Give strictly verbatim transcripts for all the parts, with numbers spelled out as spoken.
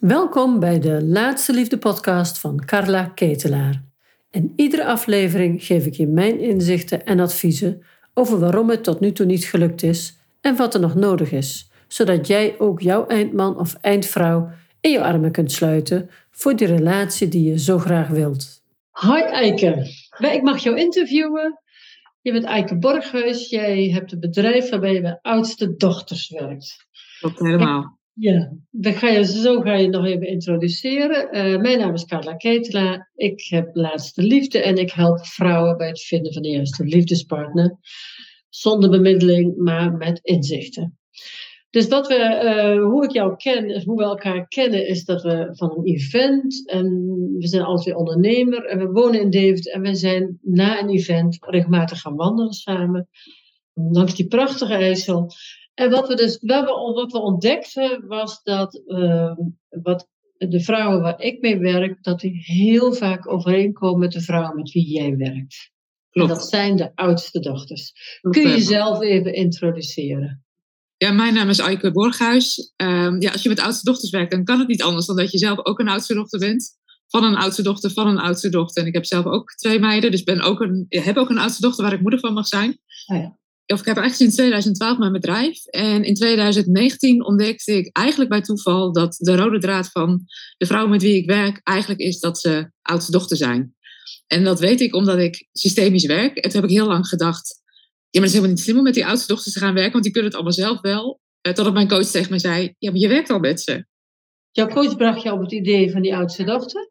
Welkom bij de Laatste Liefde podcast van Carla Ketelaar. In iedere aflevering geef ik je mijn inzichten en adviezen over waarom het tot nu toe niet gelukt is en wat er nog nodig is, zodat jij ook jouw eindman of eindvrouw in je armen kunt sluiten voor die relatie die je zo graag wilt. Hoi Eike, ik mag jou interviewen. Je bent Eike Borghuis, jij hebt een bedrijf waarbij je bij oudste dochters werkt. Klopt helemaal. Ja, dan ga je, zo ga je nog even introduceren. Uh, mijn naam is Carla Ketelaar. Ik heb laatste liefde en ik help vrouwen bij het vinden van de juiste liefdespartner. Zonder bemiddeling, maar met inzichten. Dus wat we, uh, hoe ik jou ken, hoe we elkaar kennen, is dat we van een event, en we zijn alle twee ondernemer en we wonen in Deventer en we zijn na een event regelmatig gaan wandelen samen langs die prachtige IJssel. En wat we dus wat we, wat we ontdekten was dat uh, wat de vrouwen waar ik mee werk, dat die heel vaak overeenkomen met de vrouwen met wie jij werkt. Klopt. En dat zijn de oudste dochters. Klopt. Kun je jezelf even introduceren? Ja, mijn naam is Eike Borghuis. Um, ja, als je met oudste dochters werkt, dan kan het niet anders dan dat je zelf ook een oudste dochter bent. Van een oudste dochter, van een oudste dochter. En ik heb zelf ook twee meiden, dus ben ook een, heb ook een oudste dochter waar ik moeder van mag zijn. Oh ja. Of ik heb eigenlijk sinds tweeduizend twaalf mijn bedrijf. En in tweeduizend negentien ontdekte ik eigenlijk bij toeval dat de rode draad van de vrouwen met wie ik werk eigenlijk is dat ze oudste dochter zijn. En dat weet ik omdat ik systemisch werk. En toen heb ik heel lang gedacht, ja, maar het is helemaal niet slim om met die oudste dochters te gaan werken, want die kunnen het allemaal zelf wel. Uh, totdat mijn coach tegen mij zei, ja, maar je werkt al met ze. Jouw coach bracht je op het idee van die oudste dochter?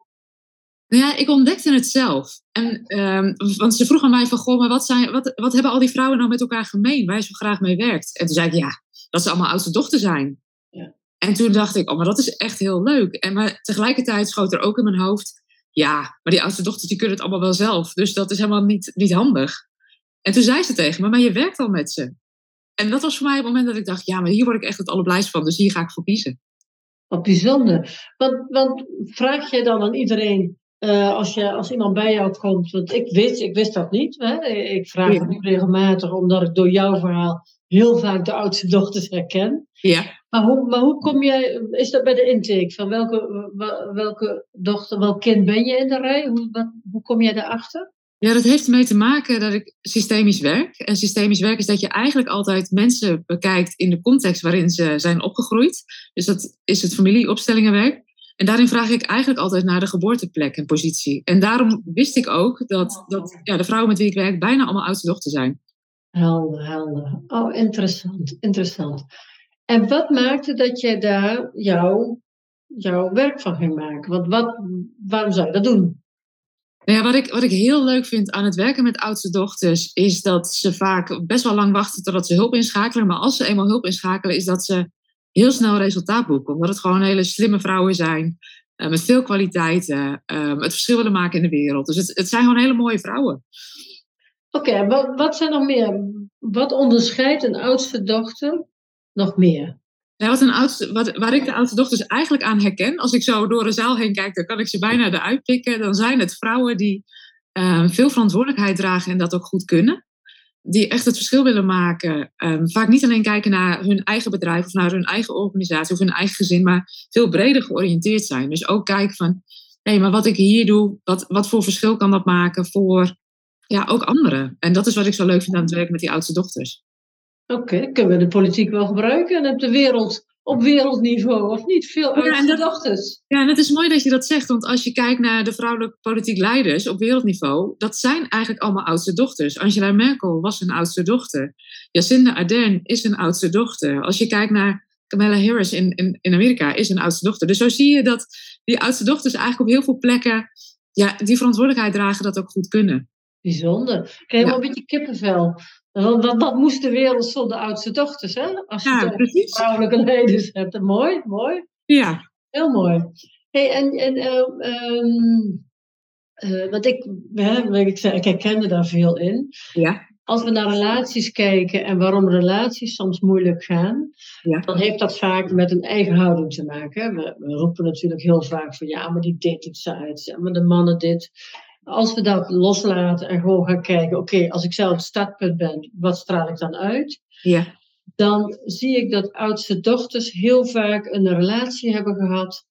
Nou ja, ik ontdekte het zelf. En, um, want ze vroeg aan mij van, goh, maar wat, zijn, wat, wat hebben al die vrouwen nou met elkaar gemeen, waar je zo graag mee werkt? En toen zei ik, ja, dat ze allemaal oudste dochter zijn. Ja. En toen dacht ik, oh, maar dat is echt heel leuk. En maar tegelijkertijd schoot er ook in mijn hoofd, ja, maar die oudste dochters die kunnen het allemaal wel zelf. Dus dat is helemaal niet, niet handig. En toen zei ze tegen me, maar je werkt al met ze. En dat was voor mij het moment dat ik dacht, ja, maar hier word ik echt het allerblijst van. Dus hier ga ik voor kiezen. Wat bijzonder. Want, want vraag jij dan aan iedereen, uh, als, je, als iemand bij jou komt, want ik wist, ik wist dat niet. Hè? Ik vraag Ja. het nu regelmatig, omdat ik door jouw verhaal heel vaak de oudste dochters herken. Ja. Maar hoe, maar hoe kom jij, is dat bij de intake? Van welke, welke dochter, welk kind ben je in de rij? Hoe, wat, hoe kom jij daarachter? Ja, dat heeft ermee te maken dat ik systemisch werk. En systemisch werk is dat je eigenlijk altijd mensen bekijkt in de context waarin ze zijn opgegroeid. Dus dat is het familieopstellingenwerk. En daarin vraag ik eigenlijk altijd naar de geboorteplek en positie. En daarom wist ik ook dat, dat ja, de vrouwen met wie ik werk bijna allemaal oudste dochter zijn. Helder, helder. Oh, interessant, interessant. En wat maakte dat jij daar jouw, jouw werk van ging maken? Want wat, waarom zou je dat doen? Ja, wat, ik, wat ik heel leuk vind aan het werken met oudste dochters is dat ze vaak best wel lang wachten totdat ze hulp inschakelen. Maar als ze eenmaal hulp inschakelen is dat ze heel snel resultaat boeken. Omdat het gewoon hele slimme vrouwen zijn. Uh, met veel kwaliteiten. Uh, het verschil willen maken in de wereld. Dus het, het zijn gewoon hele mooie vrouwen. Oké, okay, wat, wat zijn nog meer? Wat onderscheidt een oudste dochter nog meer? Ja, wat een oudste, wat, waar ik de oudste dochters eigenlijk aan herken, als ik zo door een zaal heen kijk, dan kan ik ze bijna eruit pikken. Dan zijn het vrouwen die uh, veel verantwoordelijkheid dragen en dat ook goed kunnen. Die echt het verschil willen maken. Um, vaak niet alleen kijken naar hun eigen bedrijf of naar hun eigen organisatie of hun eigen gezin, maar veel breder georiënteerd zijn. Dus ook kijken van, hé, maar wat ik hier doe, wat, wat voor verschil kan dat maken voor ja, ook anderen? En dat is wat ik zo leuk vind aan het werken met die oudste dochters. Oké, okay, kunnen we de politiek wel gebruiken en op de wereld, op wereldniveau, of niet? Veel oudste ja, dochters. Ja, en het is mooi dat je dat zegt, want als je kijkt naar de vrouwelijke politiek leiders op wereldniveau, dat zijn eigenlijk allemaal oudste dochters. Angela Merkel was een oudste dochter. Jacinda Ardern is een oudste dochter. Als je kijkt naar Kamala Harris in, in, in Amerika, is een oudste dochter. Dus zo zie je dat die oudste dochters eigenlijk op heel veel plekken ja, die verantwoordelijkheid dragen dat ook goed kunnen. Bijzonder. Ik krijg helemaal ja. een beetje kippenvel. Want wat, wat moest de wereld zonder oudste dochters, hè? Als je ja, vrouwelijke leiders hebt. Mooi, mooi. Ja. Heel mooi. Hey, en en uh, um, uh, wat ik, hè, ik, zei, ik herkende daar veel in. Ja. Als we naar relaties kijken en waarom relaties soms moeilijk gaan, ja. dan heeft dat vaak met een eigen houding te maken. We, we roepen natuurlijk heel vaak van ja, maar die deed iets uit. Ja, maar de mannen dit. Als we dat loslaten en gewoon gaan kijken, oké, okay, als ik zelf het startpunt ben, wat straal ik dan uit? Ja. Dan zie ik dat oudste dochters heel vaak een relatie hebben gehad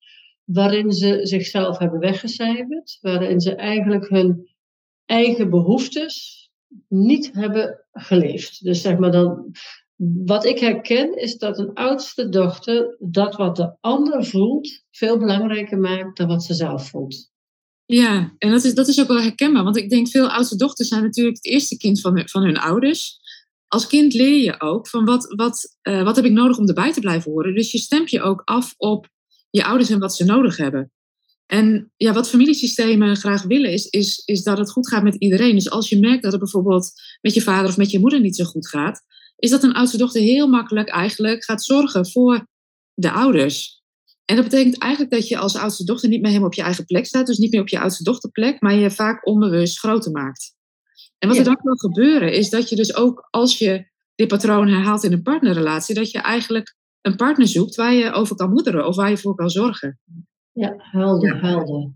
waarin ze zichzelf hebben weggecijferd, waarin ze eigenlijk hun eigen behoeftes niet hebben geleefd. Dus zeg maar dan, wat ik herken is dat een oudste dochter dat wat de ander voelt veel belangrijker maakt dan wat ze zelf voelt. Ja, en dat is, dat is ook wel herkenbaar. Want ik denk veel oudste dochters zijn natuurlijk het eerste kind van hun, van hun ouders. Als kind leer je ook van wat, wat, uh, wat heb ik nodig om erbij te blijven horen. Dus je stemt je ook af op je ouders en wat ze nodig hebben. En ja, wat familiesystemen graag willen is, is, is dat het goed gaat met iedereen. Dus als je merkt dat het bijvoorbeeld met je vader of met je moeder niet zo goed gaat, is dat een oudste dochter heel makkelijk eigenlijk gaat zorgen voor de ouders. En dat betekent eigenlijk dat je als oudste dochter niet meer helemaal op je eigen plek staat. Dus niet meer op je oudste dochterplek, maar je vaak onbewust groter maakt. En wat er dan kan gebeuren is dat je dus ook als je dit patroon herhaalt in een partnerrelatie, dat je eigenlijk een partner zoekt waar je over kan moederen of waar je voor kan zorgen. Ja, helder, ja. helder.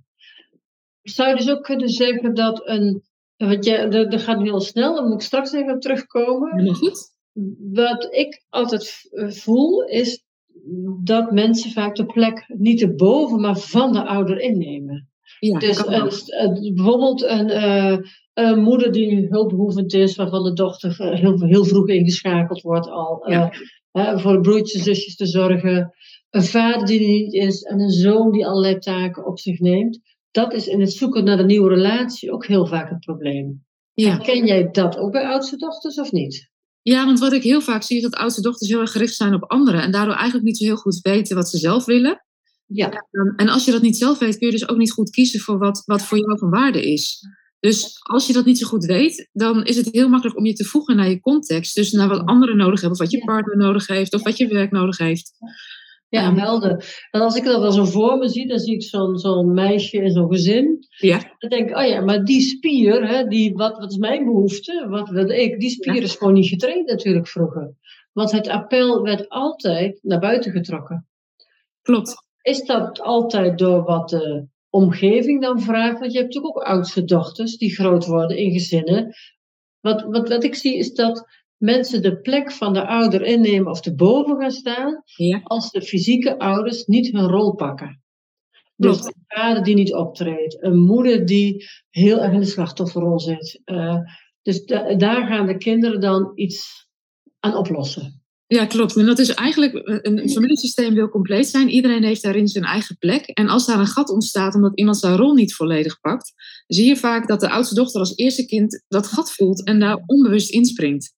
Zou je dus ook kunnen zeggen dat een, want je, dat, dat gaat heel snel, daar moet ik straks even op terugkomen. Helemaal goed. Wat ik altijd voel is dat mensen vaak de plek niet erboven, maar van de ouder innemen. Ja, dus een, een, bijvoorbeeld een, uh, een moeder die hulpbehoevend is, waarvan de dochter heel, heel vroeg ingeschakeld wordt al, ja. uh, uh, voor broertjes en zusjes te zorgen. Een vader die er niet is en een zoon die allerlei taken op zich neemt. Dat is in het zoeken naar een nieuwe relatie ook heel vaak het probleem. Ja. Ken jij dat ook bij oudste dochters of niet? Ja, want wat ik heel vaak zie is dat oudste dochters heel erg gericht zijn op anderen. En daardoor eigenlijk niet zo heel goed weten wat ze zelf willen. Ja. En als je dat niet zelf weet, kun je dus ook niet goed kiezen voor wat, wat voor jou van waarde is. Dus als je dat niet zo goed weet, dan is het heel makkelijk om je te voegen naar je context. Dus naar wat anderen nodig hebben, of wat je partner nodig heeft, of wat je werk nodig heeft. Ja, helder. En als ik dat dan zo voor me zie, dan zie ik zo'n, zo'n meisje in zo'n gezin. Ja. Dan denk ik, oh ja, maar die spier, hè, die, wat, wat is mijn behoefte? Wat wil ik? Die spier ja. is gewoon niet getraind natuurlijk vroeger. Want het appel werd altijd naar buiten getrokken. Klopt. Is dat altijd door wat de omgeving dan vraagt? Want je hebt natuurlijk ook oudste dochters die groot worden in gezinnen. Wat, wat, wat ik zie is dat mensen de plek van de ouder innemen of erboven gaan staan, ja. als de fysieke ouders niet hun rol pakken. Dus een vader die niet optreedt, een moeder die heel erg in de slachtofferrol zit. Uh, dus da- daar gaan de kinderen dan iets aan oplossen. Ja, klopt. En dat is eigenlijk, een familiesysteem wil compleet zijn. Iedereen heeft daarin zijn eigen plek. En als daar een gat ontstaat omdat iemand zijn rol niet volledig pakt, zie je vaak dat de oudste dochter als eerste kind dat gat voelt en daar onbewust inspringt.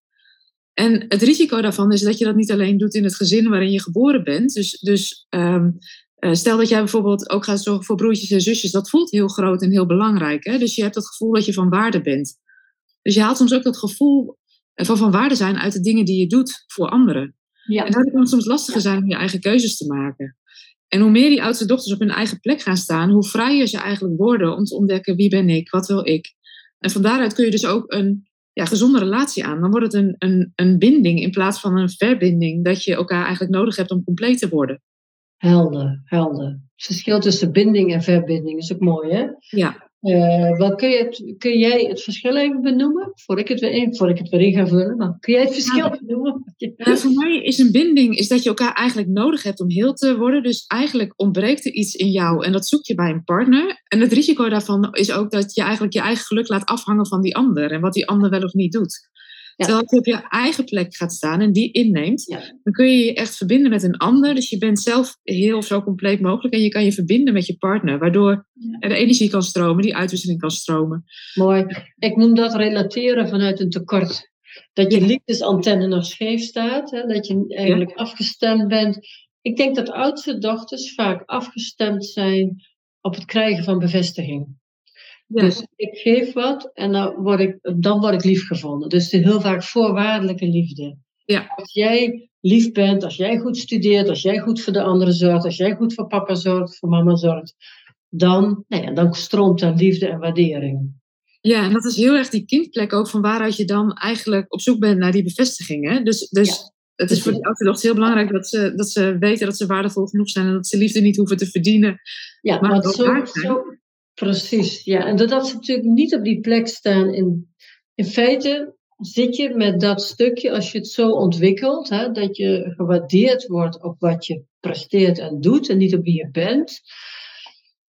En het risico daarvan is dat je dat niet alleen doet in het gezin waarin je geboren bent. Dus, dus um, uh, stel dat jij bijvoorbeeld ook gaat zorgen voor broertjes en zusjes. Dat voelt heel groot en heel belangrijk. Hè? Dus je hebt het gevoel dat je van waarde bent. Dus je haalt soms ook dat gevoel van van waarde zijn uit de dingen die je doet voor anderen. Ja. En daardoor kan het soms lastiger zijn om je eigen keuzes te maken. En hoe meer die oudste dochters op hun eigen plek gaan staan, hoe vrijer ze eigenlijk worden om te ontdekken wie ben ik, wat wil ik. En van daaruit kun je dus ook een ja, gezonde relatie aan. Dan wordt het een, een, een binding in plaats van een verbinding, dat je elkaar eigenlijk nodig hebt om compleet te worden. Helder, helder. Het verschil tussen binding en verbinding is ook mooi, hè? Ja. Uh, wat kun, je het, kun jij het verschil even benoemen? Voor ik het weer in, voor ik het weer in ga vullen. Maar kun jij het verschil ja. benoemen? Ja, voor mij is een binding is dat je elkaar eigenlijk nodig hebt om heel te worden. Dus eigenlijk ontbreekt er iets in jou en dat zoek je bij een partner. En het risico daarvan is ook dat je eigenlijk je eigen geluk laat afhangen van die ander. En wat die ander wel of niet doet. Ja. Terwijl als je op je eigen plek gaat staan en die inneemt, ja. dan kun je je echt verbinden met een ander. Dus je bent zelf heel zo compleet mogelijk en je kan je verbinden met je partner. Waardoor ja. er de energie kan stromen, die uitwisseling kan stromen. Mooi. Ik noem dat relateren vanuit een tekort. Dat je ja. liefdesantenne nog scheef staat, hè? Dat je eigenlijk ja. afgestemd bent. Ik denk dat oudste dochters vaak afgestemd zijn op het krijgen van bevestiging. Ja. Dus ik geef wat en dan word ik, dan word ik lief gevonden. Dus het is heel vaak voorwaardelijke liefde. Ja. Als jij lief bent, als jij goed studeert, als jij goed voor de anderen zorgt, als jij goed voor papa zorgt, voor mama zorgt, dan, nou ja, dan stroomt er liefde en waardering. Ja, en dat is heel erg die kindplek ook, van waaruit je dan eigenlijk op zoek bent naar die bevestiging. Hè? Dus, dus ja. het is voor die oudste dochters heel belangrijk dat ze, dat ze weten dat ze waardevol genoeg zijn en dat ze liefde niet hoeven te verdienen. Ja, maar want zo, zo, precies. Ja, en doordat ze natuurlijk niet op die plek staan, in, in feite zit je met dat stukje, als je het zo ontwikkelt, hè, dat je gewaardeerd wordt op wat je presteert en doet en niet op wie je bent,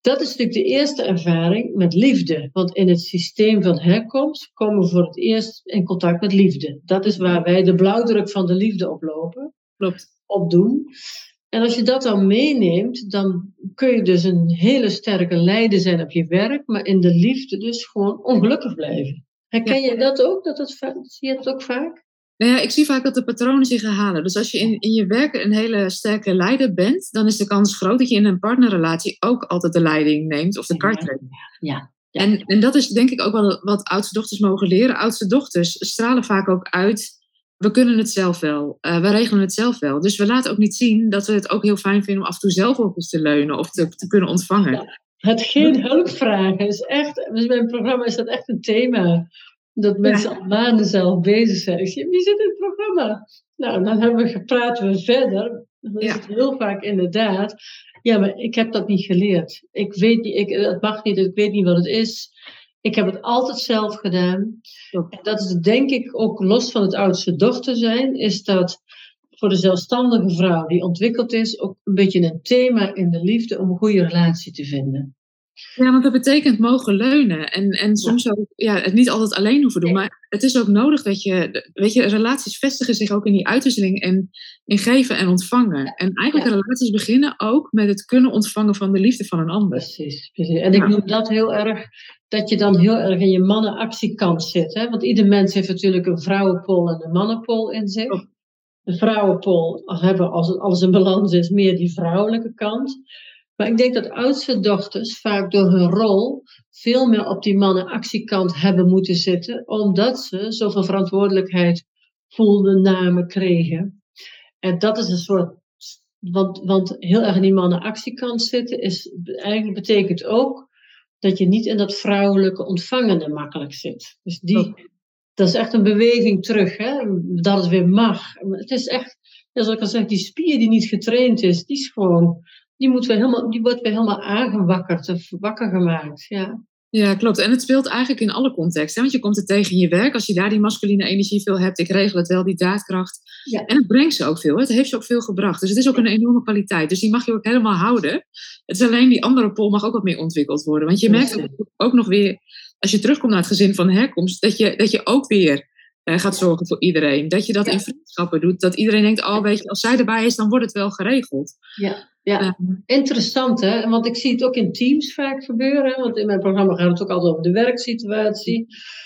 Dat is natuurlijk de eerste ervaring met liefde. Want in het systeem van herkomst komen we voor het eerst in contact met liefde. Dat is waar wij de blauwdruk van de liefde oplopen, Klopt. opdoen. En als je dat dan meeneemt, dan kun je dus een hele sterke leider zijn op je werk, maar in de liefde dus gewoon ongelukkig blijven. Herken Ja. je dat ook? Dat het, zie je dat ook vaak? Nou ja, ik zie vaak dat de patronen zich herhalen. Dus als je in, in je werk een hele sterke leider bent, dan is de kans groot dat je in een partnerrelatie ook altijd de leiding neemt of de kar trekt. Ja. Ja. En, en dat is denk ik ook wel wat oudste dochters mogen leren. Oudste dochters stralen vaak ook uit, we kunnen het zelf wel, uh, we regelen het zelf wel. Dus we laten ook niet zien dat we het ook heel fijn vinden om af en toe zelf op ons te leunen of te, te kunnen ontvangen. Ja. Het geen hulp vragen is echt, dus mijn programma is dat echt een thema. Dat mensen ja. al maanden zelf bezig zijn. Ik zeg, wie zit in het programma? Nou, dan hebben we gepraat we verder. Dan is ja. het heel vaak inderdaad. Ja, maar ik heb dat niet geleerd. Ik weet niet, ik, het mag niet, ik weet niet wat het is. Ik heb het altijd zelf gedaan. Ja. En dat is denk ik ook los van het oudste dochter zijn, is dat voor de zelfstandige vrouw die ontwikkeld is, ook een beetje een thema in de liefde om een goede relatie te vinden. Ja, want dat betekent mogen leunen. En, en soms ja. ook ja, het niet altijd alleen hoeven doen. Maar het is ook nodig dat je... Weet je, relaties vestigen zich ook in die uitwisseling en in geven en ontvangen. Ja. En eigenlijk ja. relaties beginnen ook met het kunnen ontvangen van de liefde van een ander. Precies. precies. En ja. ik noem dat heel erg... Dat je dan heel erg in je mannenactiekant zit. Hè? Want ieder mens heeft natuurlijk een vrouwenpool en een mannenpool in zich. Oh. De vrouwenpool hebben, als alles in balans is, meer die vrouwelijke kant. Maar ik denk dat oudste dochters vaak door hun rol veel meer op die mannenactiekant hebben moeten zitten, omdat ze zoveel verantwoordelijkheid voelden, namen, kregen. En dat is een soort, want, want heel erg in die mannenactiekant zitten, is, eigenlijk betekent ook dat je niet in dat vrouwelijke ontvangende makkelijk zit. Dus die, dat is echt een beweging terug, hè? Dat het weer mag. Het is echt, zoals ik al zeg, die spier die niet getraind is, die is gewoon... Die, moet weer helemaal, die wordt weer helemaal aangewakkerd of wakker gemaakt. Ja. Ja, klopt. En het speelt eigenlijk in alle contexten. Want je komt het tegen in je werk. Als je daar die masculine energie veel hebt. Ik regel het wel, die daadkracht. Ja. En het brengt ze ook veel. Het heeft ze ook veel gebracht. Dus het is ook een enorme kwaliteit. Dus die mag je ook helemaal houden. Het is alleen die andere pol mag ook wat meer ontwikkeld worden. Want je merkt ook, ook nog weer... Als je terugkomt naar het gezin van herkomst. Dat je, dat je ook weer... Uh, gaat zorgen voor iedereen. Dat je dat ja. in vriendschappen doet. Dat iedereen denkt, oh weet je, als zij erbij is, dan wordt het wel geregeld. Ja, ja. Um, interessant hè. Want ik zie het ook in teams vaak gebeuren. Want in mijn programma gaat het ook altijd over de werksituatie.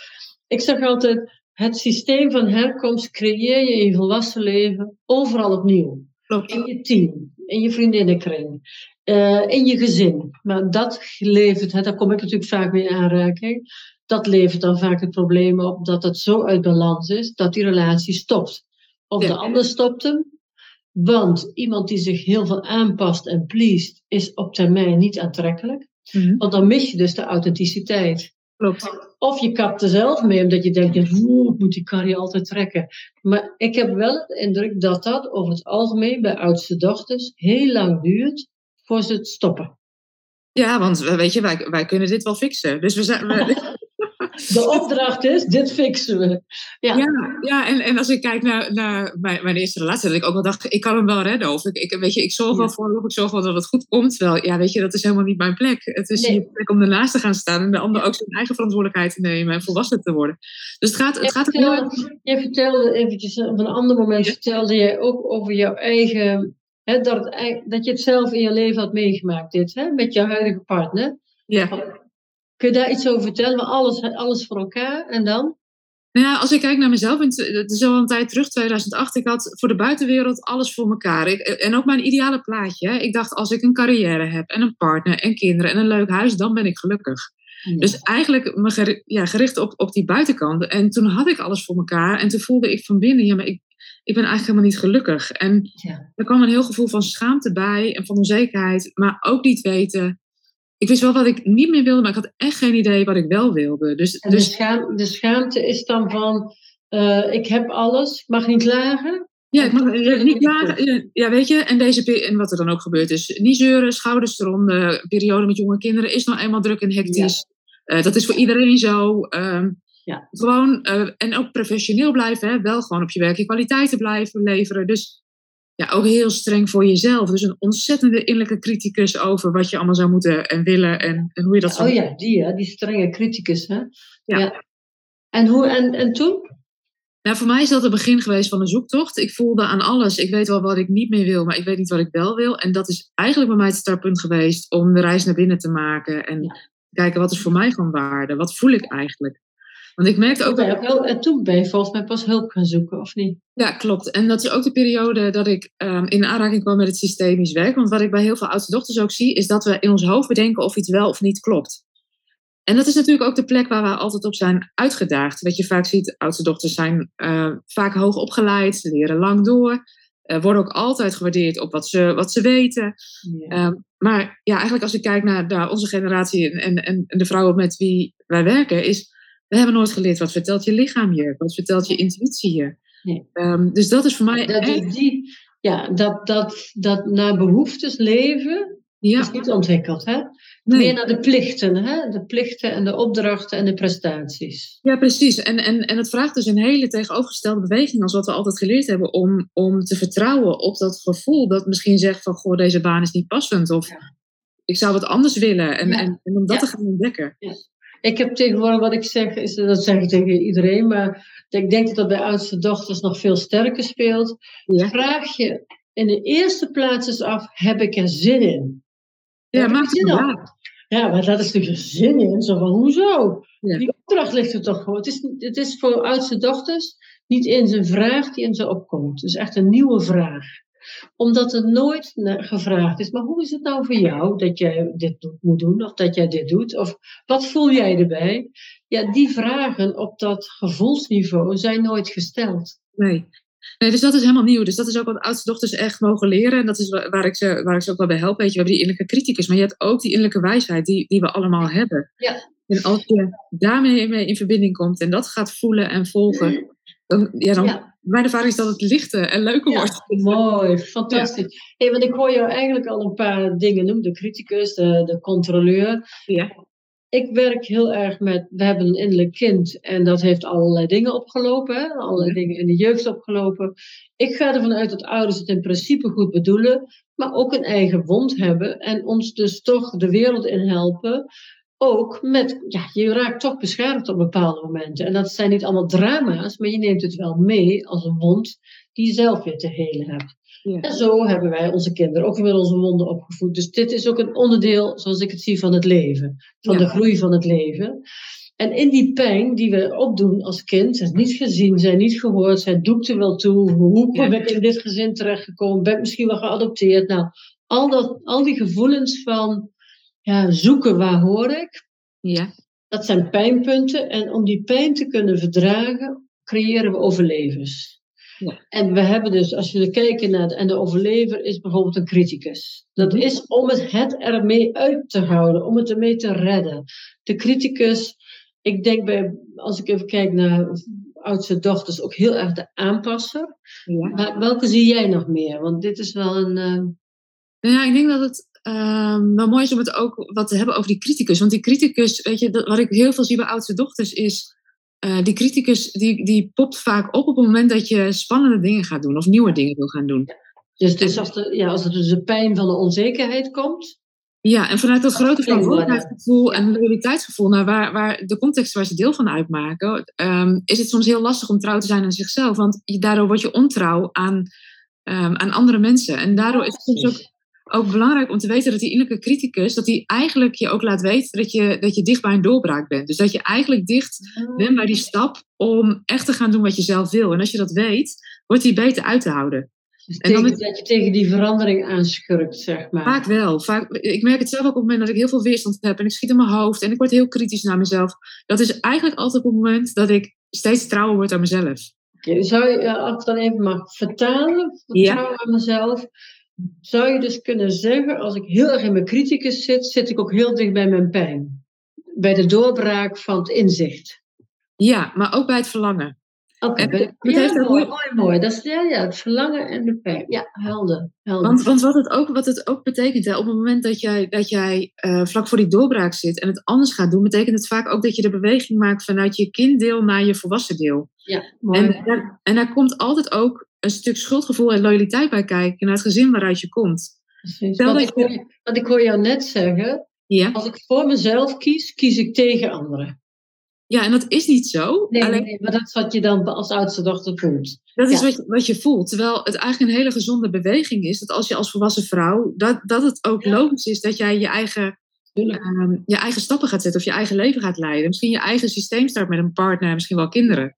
Ik zeg altijd, het systeem van herkomst creëer je in je volwassen leven overal opnieuw. Klopt. In je team, in je vriendinnenkring, uh, in je gezin. Maar dat levert, hè, daar kom ik natuurlijk vaak mee in aanraking. Dat levert dan vaak het probleem op dat het zo uit balans is dat die relatie stopt. Of ja. de ander stopt hem. Want iemand die zich heel veel aanpast en pleest is op termijn niet aantrekkelijk. Mm-hmm. Want dan mis je dus de authenticiteit. Klopt. Of je kapt er zelf mee omdat je denkt, hoe moet die karrie altijd trekken. Maar ik heb wel de indruk dat dat over het algemeen bij oudste dochters heel lang duurt voor ze het stoppen. Ja, want weet je, wij, wij kunnen dit wel fixen. Dus we zijn... We... De opdracht is, dit fixen we. Ja, ja, ja en, en als ik kijk naar, naar mijn, mijn eerste relatie, dat ik ook wel dacht, ik kan hem wel redden. Of ik, ik, weet je, ik zorg wel ja. voor of ik zorg wel dat het goed komt. Terwijl, ja, weet je, dat is helemaal niet mijn plek. Het is nee. je plek om ernaast te gaan staan en de ander ook zijn eigen verantwoordelijkheid te nemen en volwassen te worden. Dus het gaat, het je gaat vertelde, heel... Je vertelde eventjes, op een ander moment ja. vertelde jij ook over jouw eigen... Hè, dat, het, dat je het zelf in je leven had meegemaakt, dit, hè, met jouw huidige partner. Ja. Kun je daar iets over vertellen? Alles, alles voor elkaar en dan? Nou ja, als ik kijk naar mezelf, het is al een tijd terug, tweeduizend acht, ik had voor de buitenwereld alles voor elkaar. Ik, en ook mijn ideale plaatje. Ik dacht, als ik een carrière heb en een partner en kinderen en een leuk huis, dan ben ik gelukkig. Ja. Dus eigenlijk me gericht, ja, gericht op, op die buitenkant. En toen had ik alles voor elkaar en toen voelde ik van binnen, ja, maar ik, ik ben eigenlijk helemaal niet gelukkig. En ja. er kwam een heel gevoel van schaamte bij en van onzekerheid, maar ook niet weten... Ik wist wel wat ik niet meer wilde, maar ik had echt geen idee wat ik wel wilde. Dus, en dus... de, schaam, de schaamte is dan van, uh, ik heb alles, ik mag niet klagen. Ja, ik mag ja, niet klagen. Ja, weet je, en, deze, en wat er dan ook gebeurt is, niet zeuren, schouders eronder, periode met jonge kinderen is nou eenmaal druk en hectisch. Ja. Uh, dat is voor iedereen zo. Um, ja. Gewoon, uh, en ook professioneel blijven, hè, wel gewoon op je werk je kwaliteiten blijven leveren. Dus ja, ook heel streng voor jezelf. Dus een ontzettende innerlijke criticus over wat je allemaal zou moeten en willen en, en hoe je dat Ja, zou... oh ja, die, hè, die strenge criticus. Hè? Ja. Ja. En, hoe, en, en toen? Nou, voor mij is dat het begin geweest van een zoektocht. Ik voelde aan alles. Ik weet wel wat ik niet meer wil, maar ik weet niet wat ik wel wil. En dat is eigenlijk bij mij het startpunt geweest om de reis naar binnen te maken. En Ja. kijken, wat is voor mij van waarde? Wat voel ik eigenlijk? Want ik merkte ook... ook... En toen ben je volgens mij pas hulp gaan zoeken, of niet? Ja, klopt. En dat is ook de periode dat ik um, in aanraking kwam met het systemisch werk. Want wat ik bij heel veel oudste dochters ook zie, is dat we in ons hoofd bedenken of iets wel of niet klopt. En dat is natuurlijk ook de plek waar we altijd op zijn uitgedaagd. Wat je vaak ziet, oudste dochters zijn uh, vaak hoog opgeleid, ze leren lang door. Uh, worden ook altijd gewaardeerd op wat ze, wat ze weten. Ja. Um, maar ja, eigenlijk als ik kijk naar, naar onze generatie en, en, en de vrouwen met wie wij werken, is, we hebben nooit geleerd wat vertelt je lichaam je, wat vertelt je intuïtie je. Nee. Um, dus dat is voor mij... Dat, echt... die, ja, dat, dat, dat naar behoeftes leven ja. is niet ontwikkeld, hè? Nee. Meer naar de plichten, hè? De plichten en de opdrachten en de prestaties. Ja, precies. En, en, en het vraagt dus een hele tegenovergestelde beweging als wat we altijd geleerd hebben om, om te vertrouwen op dat gevoel dat misschien zegt van, goh, deze baan is niet passend of ja. ik zou wat anders willen en, ja. en, en om dat ja. te gaan ontdekken. Ja. Ik heb tegenwoordig wat ik zeg, is, dat zeg ik tegen iedereen, maar ik denk dat dat bij oudste dochters nog veel sterker speelt. Ja. Vraag je in de eerste plaats eens af, heb ik er zin in? Ja, maak het ja. ja, maar dat is natuurlijk zin in. Zo van, hoezo? Ja. Die opdracht ligt er toch gewoon. Het is, het is voor oudste dochters niet eens een vraag die in ze opkomt. Het is echt een nieuwe vraag. Omdat het nooit gevraagd is, maar hoe is het nou voor jou dat jij dit moet doen? Of dat jij dit doet? Of wat voel jij erbij? Ja, die vragen op dat gevoelsniveau zijn nooit gesteld. Nee. Nee, dus dat is helemaal nieuw. Dus dat is ook wat oudste dochters echt mogen leren. En dat is waar ik ze, waar ik ze ook wel bij help. Weet je, we hebben die innerlijke criticus, maar je hebt ook die innerlijke wijsheid die, die we allemaal hebben. Ja. En als je daarmee mee in verbinding komt en dat gaat voelen en volgen, dan, ja, dan ja. mijn ervaring is dat het lichter en leuker ja, wordt. Mooi, fantastisch. Ja. Hey, want ik hoor jou eigenlijk al een paar dingen noemen. De criticus, de, de controleur. Ja. Ik werk heel erg met, we hebben een innerlijk kind en dat heeft allerlei dingen opgelopen, hè? Allerlei ja. dingen in de jeugd opgelopen. Ik ga ervan uit dat ouders het in principe goed bedoelen, maar ook een eigen wond hebben en ons dus toch de wereld in helpen. Ook met, ja, je raakt toch beschadigd op bepaalde momenten. En dat zijn niet allemaal drama's, maar je neemt het wel mee als een wond die je zelf weer te helen hebt. Ja. En zo hebben wij onze kinderen ook weer met onze wonden opgevoed. Dus dit is ook een onderdeel, zoals ik het zie, van het leven. Van ja. de groei van het leven. En in die pijn die we opdoen als kind, zijn niet gezien, zijn niet gehoord, zijn doe ik er wel toe, hoe ben ik in dit gezin terechtgekomen, ben ik misschien wel geadopteerd. Nou, al, dat, al die gevoelens van ja, zoeken, waar hoor ik? Ja. Dat zijn pijnpunten. En om die pijn te kunnen verdragen, creëren we overlevers. Ja. En we hebben dus, als we kijken naar de, en de overlever is bijvoorbeeld een criticus. Dat mm-hmm. is om het, het ermee uit te houden, om het ermee te redden. De criticus, ik denk bij, als ik even kijk naar oudste dochters, ook heel erg de aanpasser. Ja. Maar welke zie jij nog meer? Want dit is wel een... Uh... Ja, ik denk dat het um, wel mooi is om het ook wat te hebben over die criticus. Want die criticus, weet je, dat, wat ik heel veel zie bij oudste dochters is... Uh, die criticus die, die popt vaak op op het moment dat je spannende dingen gaat doen of nieuwe dingen wil gaan doen. Ja. Dus, dus als, de, ja, als er dus de pijn van de onzekerheid komt. Ja, en vanuit dat grote verantwoordelijkheidsgevoel en loyaliteitsgevoel naar waar, waar de context waar ze deel van uitmaken, um, is het soms heel lastig om trouw te zijn aan zichzelf. Want je, daardoor word je ontrouw aan, um, aan andere mensen. En daardoor is het soms ook, ook belangrijk om te weten dat die innerlijke criticus, dat die eigenlijk je ook laat weten dat je, dat je dicht bij een doorbraak bent. Dus dat je eigenlijk dicht bent bij die stap om echt te gaan doen wat je zelf wil. En als je dat weet, wordt die beter uit te houden. Dus en dan met, dat je tegen die verandering aanschurkt, zeg maar. Vaak wel. Vaak, ik merk het zelf ook op het moment dat ik heel veel weerstand heb en ik schiet in mijn hoofd en ik word heel kritisch naar mezelf. Dat is eigenlijk altijd op het moment dat ik steeds trouwer word aan mezelf. Okay, zou je, als ik dan even mag vertalen, vertrouwen ja. aan mezelf, zou je dus kunnen zeggen, als ik heel erg in mijn criticus zit, zit ik ook heel dicht bij mijn pijn. Bij de doorbraak van het inzicht. Ja, maar ook bij het verlangen. Oké, okay, ja, mooi, mooi, mooi, mooi. Dat is ja, ja, het verlangen en de pijn. Ja, helder. helder. Want, want wat, het ook, wat het ook betekent, hè, op het moment dat jij, dat jij uh, vlak voor die doorbraak zit en het anders gaat doen, betekent het vaak ook dat je de beweging maakt vanuit je kinddeel naar je volwassen deel. Ja, mooi. En, daar, en daar komt altijd ook een stuk schuldgevoel en loyaliteit bij kijken naar het gezin waaruit je komt. Precies. Want, ik hoor, je, want ik hoor jou net zeggen, ja. als ik voor mezelf kies, kies ik tegen anderen. Ja, en dat is niet zo. Nee, Alleen, nee, maar dat is wat je dan als oudste dochter voelt. dat is ja. wat, je, wat je voelt. Terwijl het eigenlijk een hele gezonde beweging is, dat als je als volwassen vrouw, dat, dat het ook ja. logisch is dat jij je eigen, um, je eigen stappen gaat zetten of je eigen leven gaat leiden. Misschien je eigen systeem start met een partner en misschien wel kinderen.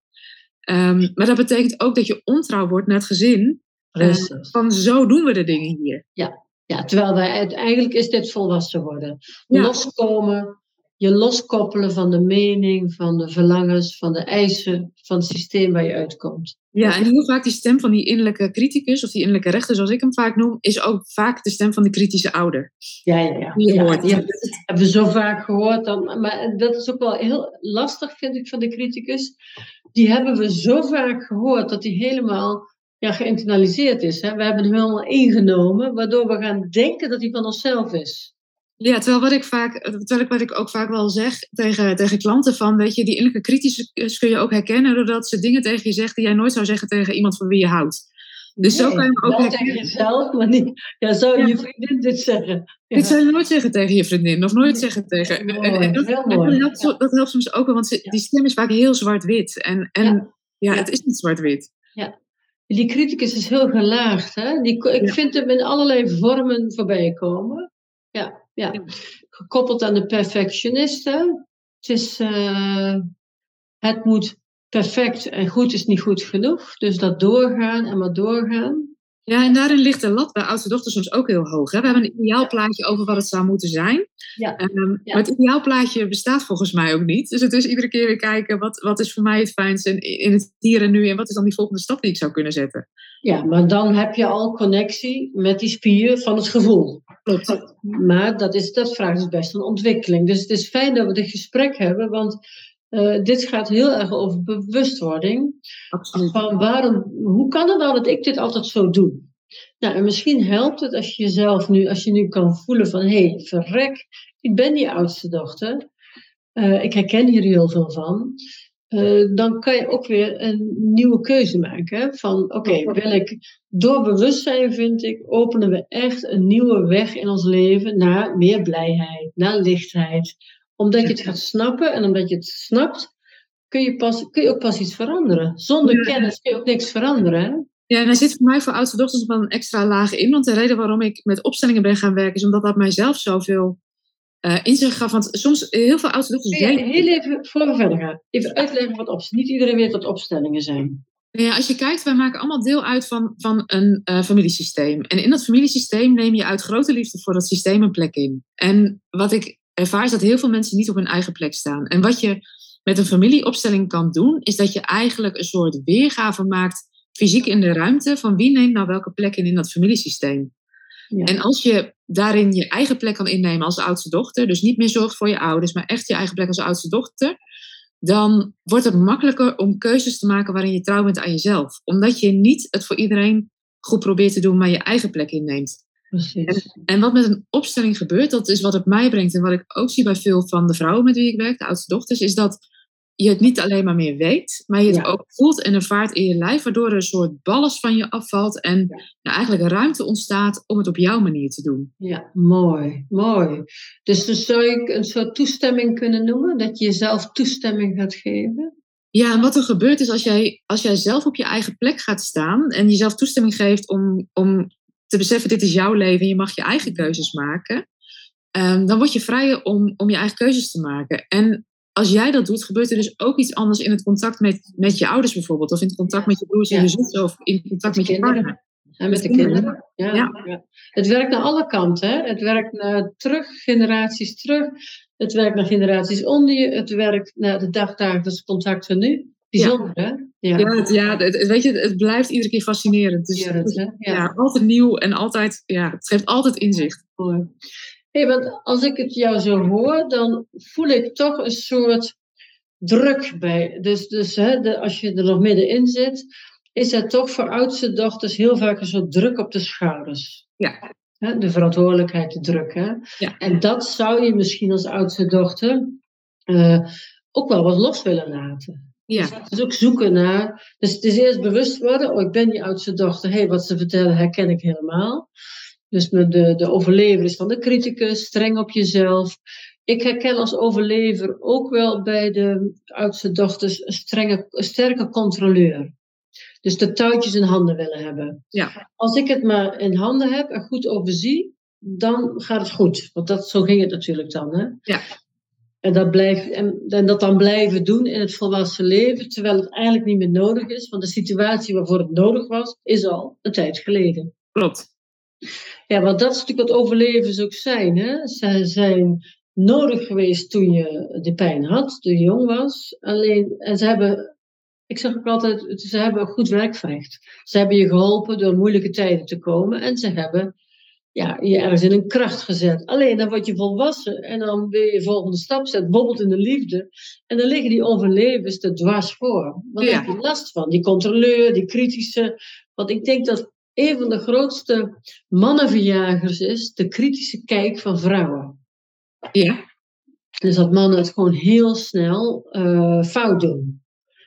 Um, maar dat betekent ook dat je ontrouw wordt naar het gezin. Uh, van zo doen we de dingen hier. Ja, ja, terwijl wij, eigenlijk is dit volwassen worden. Ja. Loskomen, je loskoppelen van de mening, van de verlangens, van de eisen, van het systeem waar je uitkomt. Ja, en heel vaak die stem van die innerlijke criticus, of die innerlijke rechter, zoals ik hem vaak noem, is ook vaak de stem van de kritische ouder. Ja, ja, ja. Die je hoort. Ja, ja, dat hebben we zo vaak gehoord. Dan, maar dat is ook wel heel lastig, vind ik, van de criticus. Die hebben we zo vaak gehoord, dat die helemaal ja, geïnternaliseerd is. Hè? We hebben hem helemaal ingenomen, waardoor we gaan denken dat hij van onszelf is. Ja, terwijl wat ik vaak, terwijl ik, wat ik ook vaak wel zeg tegen, tegen klanten van, weet je, die innerlijke criticus kun je ook herkennen doordat ze dingen tegen je zegt die jij nooit zou zeggen tegen iemand van wie je houdt. Dus nee, zo kan je hem ook wel tegen jezelf, maar niet. Ja, zou ja. je vriendin dit zeggen? Ja. Dit zou je nooit zeggen tegen je vriendin, of nooit nee. zeggen tegen. Mooi, en, en, dat, heel mooi. En dat, helpt, dat helpt soms ook wel, want ze, ja. die stem is vaak heel zwart-wit. En, en ja, ja, ja. het is niet zwart-wit. Ja. Die criticus is heel gelaagd, hè? Die, ik ja. vind hem in allerlei vormen voorbij komen. Ja. Ja, gekoppeld aan de perfectionisten. Het is, uh, het moet perfect en goed is niet goed genoeg. Dus dat doorgaan en maar doorgaan. Ja, en daarin ligt de lat bij oudste dochters soms ook heel hoog. Hè? We hebben een ideaalplaatje over wat het zou moeten zijn. Ja. Um, ja. Maar het ideaalplaatje bestaat volgens mij ook niet. Dus het is iedere keer weer kijken, wat, wat is voor mij het fijnste in, in het hier en nu? En wat is dan die volgende stap die ik zou kunnen zetten? Ja, maar dan heb je al connectie met die spier van het gevoel. Klopt. Maar dat, is, dat vraagt dus best een ontwikkeling. Dus het is fijn dat we dit gesprek hebben, want uh, dit gaat heel erg over bewustwording. Absoluut. Van waarom, hoe kan het nou dat ik dit altijd zo doe? Nou, en misschien helpt het als je jezelf nu, als je nu kan voelen van, hé, hey, verrek, ik ben die oudste dochter. Uh, ik herken hier heel veel van. Uh, dan kan je ook weer een nieuwe keuze maken. Hè? Van oké, okay, wil ik door bewustzijn, vind ik, openen we echt een nieuwe weg in ons leven naar meer blijheid, naar lichtheid. Omdat je het gaat snappen en omdat je het snapt, kun je, pas, kun je ook pas iets veranderen. Zonder ja. kennis kun je ook niks veranderen. Hè? Ja, en daar zit voor mij voor oudste dochters nog wel een extra laag in. Want de reden waarom ik met opstellingen ben gaan werken, is omdat dat mijzelf zoveel Uh, inzicht gaf, want soms heel veel oudste dochters... Ja, heel even, voor we verder gaan, even uitleggen wat opstellingen... Niet iedereen weet wat opstellingen zijn. Ja, als je kijkt, wij maken allemaal deel uit van, van een uh, familiesysteem. En in dat familiesysteem neem je uit grote liefde voor dat systeem een plek in. En wat ik ervaar is dat heel veel mensen niet op hun eigen plek staan. En wat je met een familieopstelling kan doen, is dat je eigenlijk een soort weergave maakt, fysiek in de ruimte, van wie neemt nou welke plek in in dat familiesysteem. Ja. En als je daarin je eigen plek kan innemen als oudste dochter, dus niet meer zorgt voor je ouders, maar echt je eigen plek als oudste dochter, dan wordt het makkelijker om keuzes te maken waarin je trouw bent aan jezelf. Omdat je niet het voor iedereen goed probeert te doen, maar je eigen plek inneemt. Precies. En, en wat met een opstelling gebeurt, dat is wat het mij brengt en wat ik ook zie bij veel van de vrouwen met wie ik werk, de oudste dochters, is dat je het niet alleen maar meer weet, maar je het ja. ook voelt en ervaart in je lijf, waardoor er een soort ballast van je afvalt en ja. nou, eigenlijk een ruimte ontstaat om het op jouw manier te doen. Ja, mooi, mooi. Dus, dus zou ik een soort toestemming kunnen noemen, dat je jezelf toestemming gaat geven? Ja, en wat er gebeurt is als jij, als jij zelf op je eigen plek gaat staan en jezelf toestemming geeft om, om te beseffen, dit is jouw leven, je mag je eigen keuzes maken, um, dan word je vrijer om, om je eigen keuzes te maken. En als jij dat doet, gebeurt er dus ook iets anders in het contact met, met je ouders bijvoorbeeld. Of in het contact met je broers en ja. je zussen. Of in contact met, met je partner. En met de kinderen. Ja, ja. Ja. Het werkt naar alle kanten. Hè? Het werkt naar terug, generaties terug. Het werkt naar generaties onder je. Het werkt naar de dagdagelijkse contacten nu. Bijzonder, ja. hè? Ja, ja, het, ja het, weet je, het blijft iedere keer fascinerend. Dus, ja, het, ja. Ja, altijd nieuw en altijd, ja, het geeft altijd inzicht. Mooi. Hey, want als ik het jou zo hoor, dan voel ik toch een soort druk bij. Dus, dus hè, de, als je er nog middenin zit, is het toch voor oudste dochters heel vaak een soort druk op de schouders. Ja. Hè, de verantwoordelijkheid, de druk. Hè? Ja. En dat zou je misschien als oudste dochter uh, ook wel wat los willen laten. Ja. Dus het is ook zoeken naar. Dus het is eerst bewust worden. Oh, ik ben die oudste dochter. Hé, hey, wat ze vertellen herken ik helemaal. Dus met de, de overlever is van de criticus. Streng op jezelf. Ik herken als overlever ook wel bij de oudste dochters een, strenge, een sterke controleur. Dus de touwtjes in handen willen hebben. Ja. Als ik het maar in handen heb en goed overzie, dan gaat het goed. Want dat, zo ging het natuurlijk dan. Hè? Ja. En dat, blijf, en, en dat dan blijven doen in het volwassen leven, terwijl het eigenlijk niet meer nodig is. Want de situatie waarvoor het nodig was, is al een tijd geleden. Klopt. Ja, want dat is natuurlijk wat overlevers ook zijn. Hè? Ze zijn nodig geweest toen je de pijn had, toen je jong was. Alleen, en ze hebben, ik zeg ook altijd, ze hebben goed werk verricht. Ze hebben je geholpen door moeilijke tijden te komen. En ze hebben ja, je ergens in een kracht gezet. Alleen dan word je volwassen en dan wil je je volgende stap zetten, bijvoorbeeld in de liefde. En dan liggen die overlevers er dwars voor. Wat Ja. heb je last van? Die controleur, die kritische. Want ik denk dat een van de grootste mannenverjagers is de kritische kijk van vrouwen. Ja. Dus dat mannen het gewoon heel snel uh, fout doen.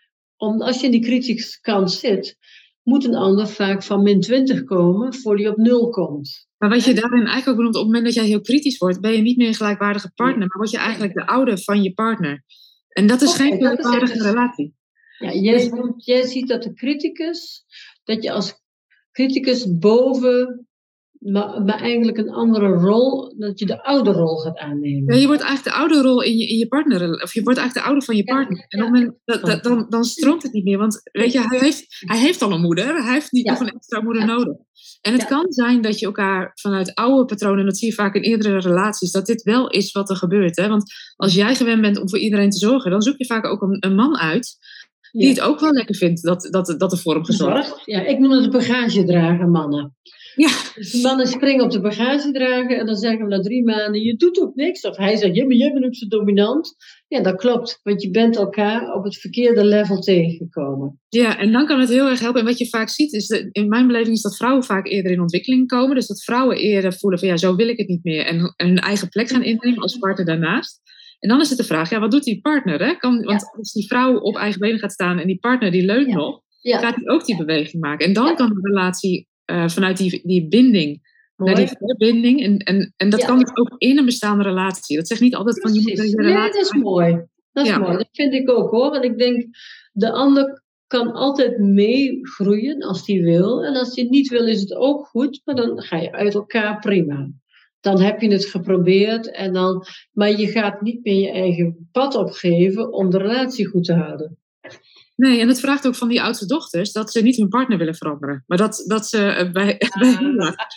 Om, als je in die kritische kant zit, moet een ander vaak van min twintig komen voor die op nul komt. Maar wat je daarin eigenlijk ook benoemt, op het moment dat jij heel kritisch wordt, ben je niet meer een gelijkwaardige partner, maar word je eigenlijk de ouder van je partner. En dat is Okay, geen gelijkwaardige echt... relatie. Ja, jij, jij ziet dat de criticus, dat je als criticus boven, maar, maar eigenlijk een andere rol, dat je de ouderrol gaat aannemen. Ja, je wordt eigenlijk de ouderrol in je, in je partner, of je wordt eigenlijk de ouder van je partner. Ja, en op het moment, dat, dat, dan, dan stroomt het niet meer, want weet je, hij heeft, hij heeft al een moeder, hij heeft niet ja. nog een extra moeder ja. nodig. En het ja. kan zijn dat je elkaar vanuit oude patronen, en dat zie je vaak in eerdere relaties, dat dit wel is wat er gebeurt. Hè? Want als jij gewend bent om voor iedereen te zorgen, dan zoek je vaak ook een, een man uit die ja. het ook wel lekker vindt dat, dat, dat er voor hem gezorgd wordt. Ja, ik noem het de bagagedrager mannen. Ja. Dus de mannen springen op de bagagedrager en dan zeggen we na drie maanden, je doet ook niks. Of hij zegt, ja, maar jij bent ook zo dominant. Ja, dat klopt, want je bent elkaar op het verkeerde level tegengekomen. Ja, en dan kan het heel erg helpen. En wat je vaak ziet, is de, in mijn beleving is dat vrouwen vaak eerder in ontwikkeling komen. Dus dat vrouwen eerder voelen van, ja, zo wil ik het niet meer. En, en hun eigen plek gaan innemen als partner daarnaast. En dan is het de vraag, ja, wat doet die partner? Hè? Kan, want ja. als die vrouw op eigen benen gaat staan en die partner die leunt ja. nog, ja. gaat hij ook die beweging maken. En dan ja. kan de relatie uh, vanuit die, die binding Mooi. naar die verbinding. En, en, en dat ja. kan dus ook in een bestaande relatie. Dat zegt niet altijd van, je moet je relatie... Nee, dat is mooi. Dat is ja. mooi. Dat vind ik ook hoor. Want ik denk, de ander kan altijd meegroeien als die wil. En als die niet wil, is het ook goed. Maar dan ga je uit elkaar prima. Dan heb je het geprobeerd. En dan, maar je gaat niet meer je eigen pad opgeven om de relatie goed te houden. Nee, en het vraagt ook van die oudste dochters dat ze niet hun partner willen veranderen. Maar dat, dat ze uh, bij, bij hen laten.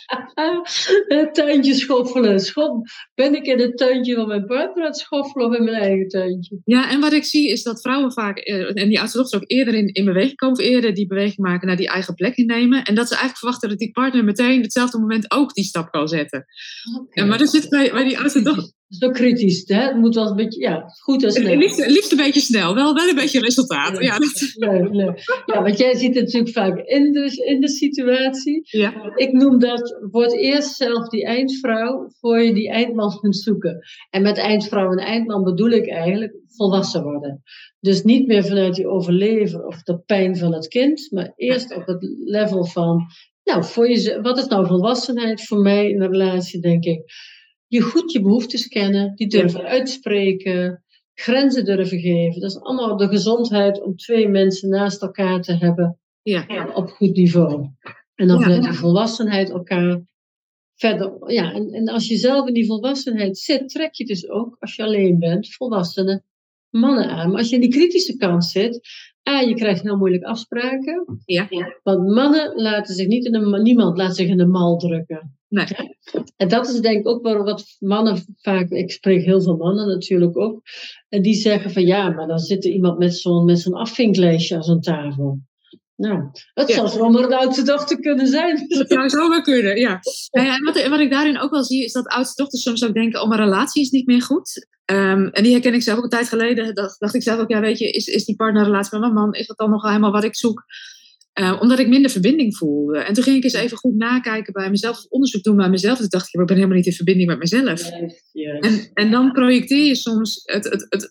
Het tuintje schoffelen. Schof, ben ik in het tuintje van mijn partner aan het schoffelen of in mijn eigen tuintje? Ja, en wat ik zie is dat vrouwen vaak, uh, en die oudste dochters ook eerder in, in beweging komen. Of eerder die beweging maken naar die eigen plek innemen. En dat ze eigenlijk verwachten dat die partner meteen op hetzelfde moment ook die stap kan zetten. Okay. Ja, maar dat zit bij, bij die oudste dochters. Zo kritisch, hè? Het moet wel een beetje, ja, goed en snel. Liefst, liefst een beetje snel, wel, wel een beetje resultaat. Ja, ja, dat... leuk, leuk. Ja, want jij ziet het natuurlijk vaak in de, in de situatie. Ja. Ik noem dat, word eerst zelf die eindvrouw, voor je die eindman kunt zoeken. En met eindvrouw en eindman bedoel ik eigenlijk volwassen worden. Dus niet meer vanuit die overlever of de pijn van het kind, maar eerst op het level van, nou, voor je, wat is nou volwassenheid voor mij in een relatie, denk ik. Je goed je behoeftes kennen, die durven ja. uitspreken, grenzen durven geven. Dat is allemaal de gezondheid om twee mensen naast elkaar te hebben ja. op goed niveau. En dan vanuit ja. die volwassenheid elkaar verder. Ja, en, en als je zelf in die volwassenheid zit, trek je dus ook, als je alleen bent, volwassene mannen aan. Maar als je in die kritische kant zit, ah, je krijgt heel moeilijk afspraken. Ja. Want mannen laten zich niet in een, niemand laat zich in een mal drukken. Nee. En dat is denk ik ook wel wat mannen vaak, ik spreek heel veel mannen natuurlijk ook, en die zeggen van ja, maar dan zit er iemand met zo'n, met zo'n afvinklijstje aan zo'n tafel. Nou, het ja. zou zomaar een oudste dochter kunnen zijn. Dat zou zomaar kunnen, ja. En wat, wat ik daarin ook wel zie, is dat oudste dochters soms ook denken, oh, mijn relatie is niet meer goed. Um, en die herken ik zelf ook een tijd geleden. Dacht, dacht ik zelf ook, ja, weet je, is, is die partnerrelatie met mijn man, is dat dan nog helemaal wat ik zoek? Uh, omdat ik minder verbinding voelde. En toen ging ik eens even goed nakijken bij mezelf, onderzoek doen bij mezelf. En toen dacht ik, ik ben helemaal niet in verbinding met mezelf. Yes, yes. En, en dan projecteer je soms het, het, het, het,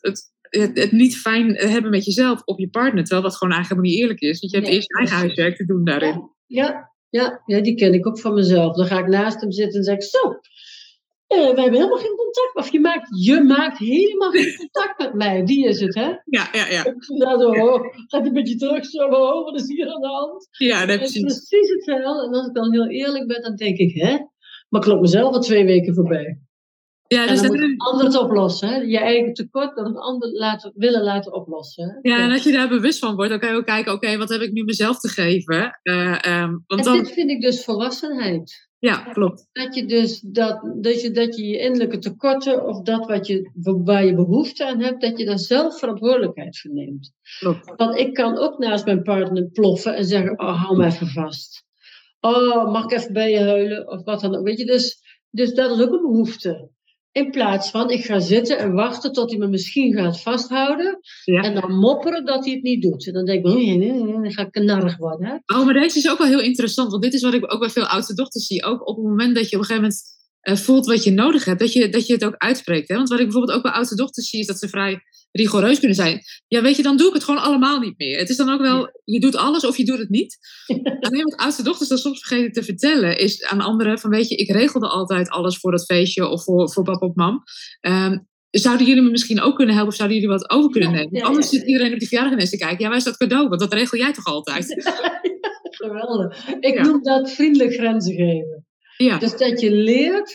het, het niet fijn hebben met jezelf op je partner. Terwijl dat gewoon eigenlijk niet eerlijk is. Want je hebt Nee, eerst je eigen huiswerk te doen daarin. Ja, ja, ja, ja, die ken ik ook van mezelf. Dan ga ik naast hem zitten en zeg ik, zo, eh, wij hebben helemaal geen contact. Of je maakt, je maakt helemaal geen contact met mij. Die is het, hè? Ja, ja, ja. Dan zo, oh, gaat een beetje terug, zo, oh, wat is hier aan de hand? Ja, dat En precies. precies hetzelfde. En als ik dan heel eerlijk ben, dan denk ik, hè? Maar ik loop mezelf al twee weken voorbij. Ja, En dus dan dat, moet een ander het oplossen. Hè? Je eigen tekort door een ander laten, willen laten oplossen. Hè? ja, en als je daar bewust van wordt, dan kan je ook kijken, oké, okay, wat heb ik nu mezelf te geven? Uh, um, want en dan... dit vind ik dus volwassenheid. Ja, klopt. Dat je dus dat, dat je, dat je je innerlijke tekorten of dat wat je, waar je behoefte aan hebt, dat je daar zelf verantwoordelijkheid voor neemt. Klopt. Want ik kan ook naast mijn partner ploffen en zeggen, oh, hou me even vast. Oh, mag ik even bij je huilen? Of wat dan ook. Weet je, dus, dus dat is ook een behoefte. In plaats van, ik ga zitten en wachten tot hij me misschien gaat vasthouden. Ja. En dan mopperen dat hij het niet doet. En dan denk ik, oh, nee, nee, nee, dan ga ik knarrig worden. Hè? Oh, maar deze is ook wel heel interessant. Want dit is wat ik ook bij veel oudste dochters zie. Ook op het moment dat je op een gegeven moment uh, voelt wat je nodig hebt. Dat je, dat je het ook uitspreekt. Hè? Want wat ik bijvoorbeeld ook bij oudste dochters zie, is dat ze vrij rigoureus kunnen zijn. Ja, weet je, dan doe ik het gewoon allemaal niet meer. Het is dan ook wel, je doet alles of je doet het niet. Alleen wat oudste dochters dan soms vergeten te vertellen, is aan anderen van, weet je, ik regelde altijd alles voor dat feestje of voor, voor papa of mam. Um, zouden jullie me misschien ook kunnen helpen of zouden jullie wat over kunnen nemen? Want anders zit iedereen op die verjaardag ineens te kijken. Ja, waar is dat cadeau? Want dat regel jij toch altijd? Geweldig. Ik ja. noem dat vriendelijk grenzen geven. Ja. Dus dat je leert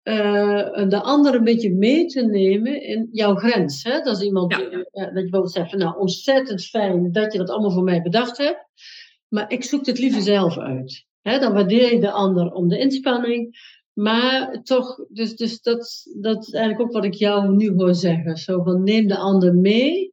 uh, de ander een beetje mee te nemen in jouw grens. Hè? Dat is iemand ja. die, uh, dat je bijvoorbeeld zegt van, nou, ontzettend fijn dat je dat allemaal voor mij bedacht hebt. Maar ik zoek het liever zelf uit. Hè? Dan waardeer je de ander om de inspanning. Maar toch, dus, dus dat, dat is eigenlijk ook wat ik jou nu hoor zeggen. Zo van, neem de ander mee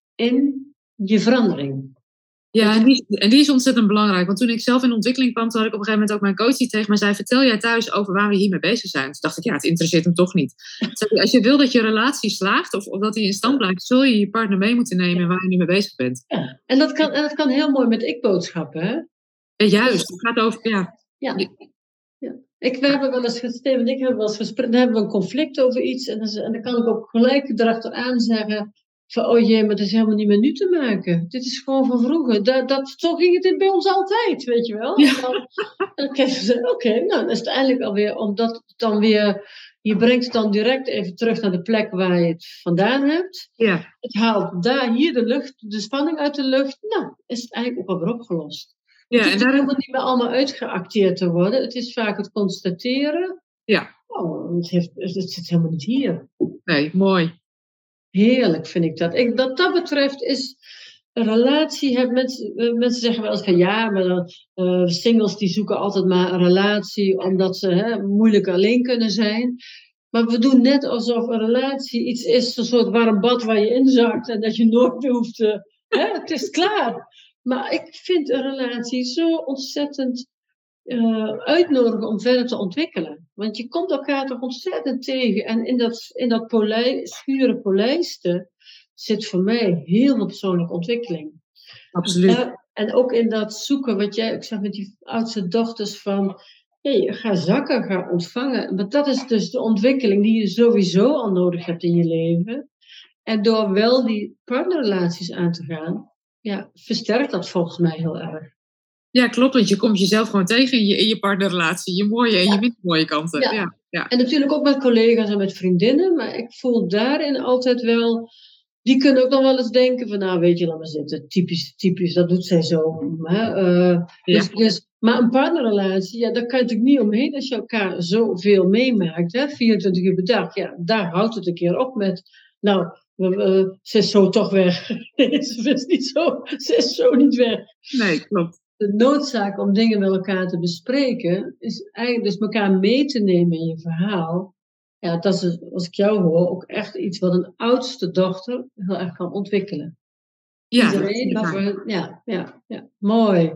in je verandering. Ja, en die, en die is ontzettend belangrijk. Want toen ik zelf in ontwikkeling kwam, toen had ik op een gegeven moment ook mijn coach die tegen mij zei, vertel jij thuis over waar we hiermee bezig zijn? Toen dacht ik, ja, het interesseert hem toch niet. Zei, als je wil dat je relatie slaagt, of, of dat die in stand blijft, zul je je partner mee moeten nemen in waar je nu mee bezig bent. Ja, en dat kan, en dat kan heel mooi met ik-boodschappen, hè? Ja, juist, het gaat over, ja. Ja. ja. Ik, we hebben wel eens, Steven en ik hebben wel eens gesproken, dan hebben we een conflict over iets, en dan, en dan kan ik ook gelijk erachteraan zeggen, van, oh jee, maar het is helemaal niet meer nu te maken. Dit is gewoon van vroeger. Dat, dat, zo ging het bij ons altijd, weet je wel. Ja. En dan, dan kan je zeggen, oké, okay, nou, dan is het eindelijk alweer, omdat het dan weer, je brengt het dan direct even terug naar de plek waar je het vandaan hebt. Ja. Het haalt daar, hier de lucht, de spanning uit de lucht. Nou, is het eigenlijk ook alweer opgelost. Ja, het hoeft en daar helemaal niet meer allemaal uitgeacteerd te worden. Het is vaak het constateren. Ja. Oh, het, heeft, het zit helemaal niet hier. Nee, mooi. Heerlijk vind ik dat. Ik, wat dat betreft is een relatie, heb mensen, mensen zeggen wel eens van ja, maar uh, singles die zoeken altijd maar een relatie omdat ze hè, moeilijk alleen kunnen zijn. Maar we doen net alsof een relatie iets is, een soort warm bad waar je inzakt en dat je nooit meer hoeft te... Hè, het is klaar. Maar ik vind een relatie zo ontzettend uh, uitnodigen om verder te ontwikkelen. Want je komt elkaar toch ontzettend tegen. En in dat, in dat polij, schuren polijsten zit voor mij heel veel persoonlijke ontwikkeling. Absoluut. Uh, en ook in dat zoeken, wat jij, ik zeg met die oudste dochters van... Hey, ga zakken, ga ontvangen. Maar dat is dus de ontwikkeling die je sowieso al nodig hebt in je leven. En door wel die partnerrelaties aan te gaan, ja, versterkt dat volgens mij heel erg. Ja, klopt, want je komt jezelf gewoon tegen in je, in je partnerrelatie. Je mooie en ja. je minder mooie kanten. Ja. Ja, ja. En natuurlijk ook met collega's en met vriendinnen. Maar ik voel daarin altijd wel... Die kunnen ook nog wel eens denken van... Nou, weet je, laat maar zitten. Typisch, typisch, dat doet zij zo. Hè? Uh, dus, ja. dus, maar een partnerrelatie, ja, daar kan je natuurlijk niet omheen... als je elkaar zoveel meemaakt. Hè? vierentwintig uur per dag. Ja, daar houdt het een keer op met... Nou, uh, ze is zo toch weg. ze is niet zo, ze is zo niet weg. Nee, klopt. De noodzaak om dingen met elkaar te bespreken, is eigenlijk dus elkaar mee te nemen in je verhaal. Ja, dat is, als ik jou hoor, ook echt iets wat een oudste dochter heel erg kan ontwikkelen. Ja, Iedereen, maar voor, ja, ja, ja, mooi.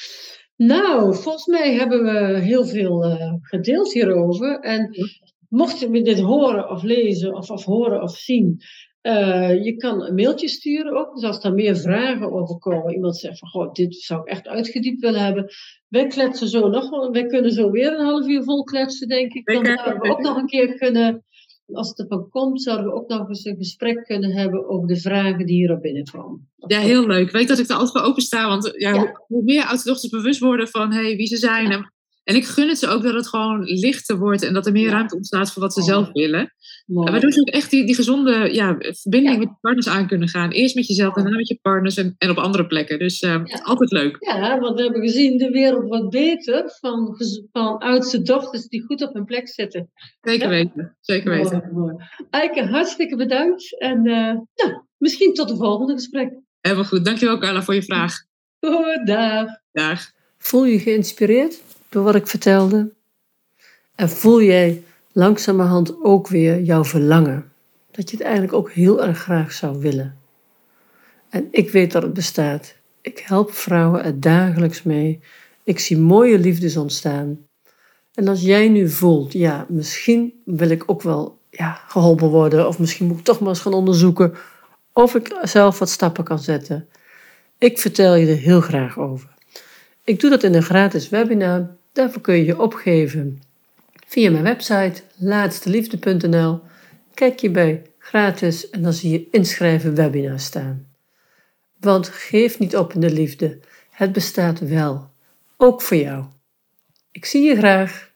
Nou, volgens mij hebben we heel veel uh, gedeeld hierover. En mocht je dit horen of lezen, of, of horen of zien... Uh, je kan een mailtje sturen ook, dus als er meer vragen over komen, iemand zegt van, goh, dit zou ik echt uitgediept willen hebben. Wij kletsen zo nog wel, wij kunnen zo weer een half uur vol kletsen, denk ik. Dan zouden we ook nog een keer kunnen als het ervan komt, zouden we ook nog eens een gesprek kunnen hebben over de vragen die hierop binnenkomen. Ja, heel leuk. Ik weet dat ik er altijd voor open sta. Want ja, Ja. Hoe, hoe meer oudste dochters bewust worden van hey, wie ze zijn. Ja. En, en ik gun het ze ook dat het gewoon lichter wordt. En dat er meer Ja. ruimte ontstaat voor wat ze Oh. zelf willen. Mooi. En waardoor ze ook echt die, die gezonde ja, verbinding Ja. met je partners aan kunnen gaan. Eerst met jezelf, Ja. daarna met je partners en, en op andere plekken. Dus uh, Ja. altijd leuk. Ja, want we hebben gezien de wereld wordt beter van, gez- van oudste dochters die goed op hun plek zitten. Zeker Ja? weten. Zeker weten. Mooi, mooi. Eike, hartstikke bedankt. En uh, nou, misschien tot de volgende gesprek. Helemaal goed. Dankjewel Carla voor je vraag. Goed, dag. Dag. Voel je geïnspireerd door wat ik vertelde? En voel jij langzamerhand ook weer jouw verlangen? Dat je het eigenlijk ook heel erg graag zou willen. En ik weet dat het bestaat. Ik help vrouwen er dagelijks mee. Ik zie mooie liefdes ontstaan. En als jij nu voelt, ja, misschien wil ik ook wel ja, geholpen worden. Of misschien moet ik toch maar eens gaan onderzoeken of ik zelf wat stappen kan zetten. Ik vertel je er heel graag over. Ik doe dat in een gratis webinar. Daarvoor kun je je opgeven via mijn website laatsteliefde punt n l. Kijk je bij gratis en dan zie je inschrijven webinar staan. Want geef niet op in de liefde. Het bestaat wel. Ook voor jou. Ik zie je graag.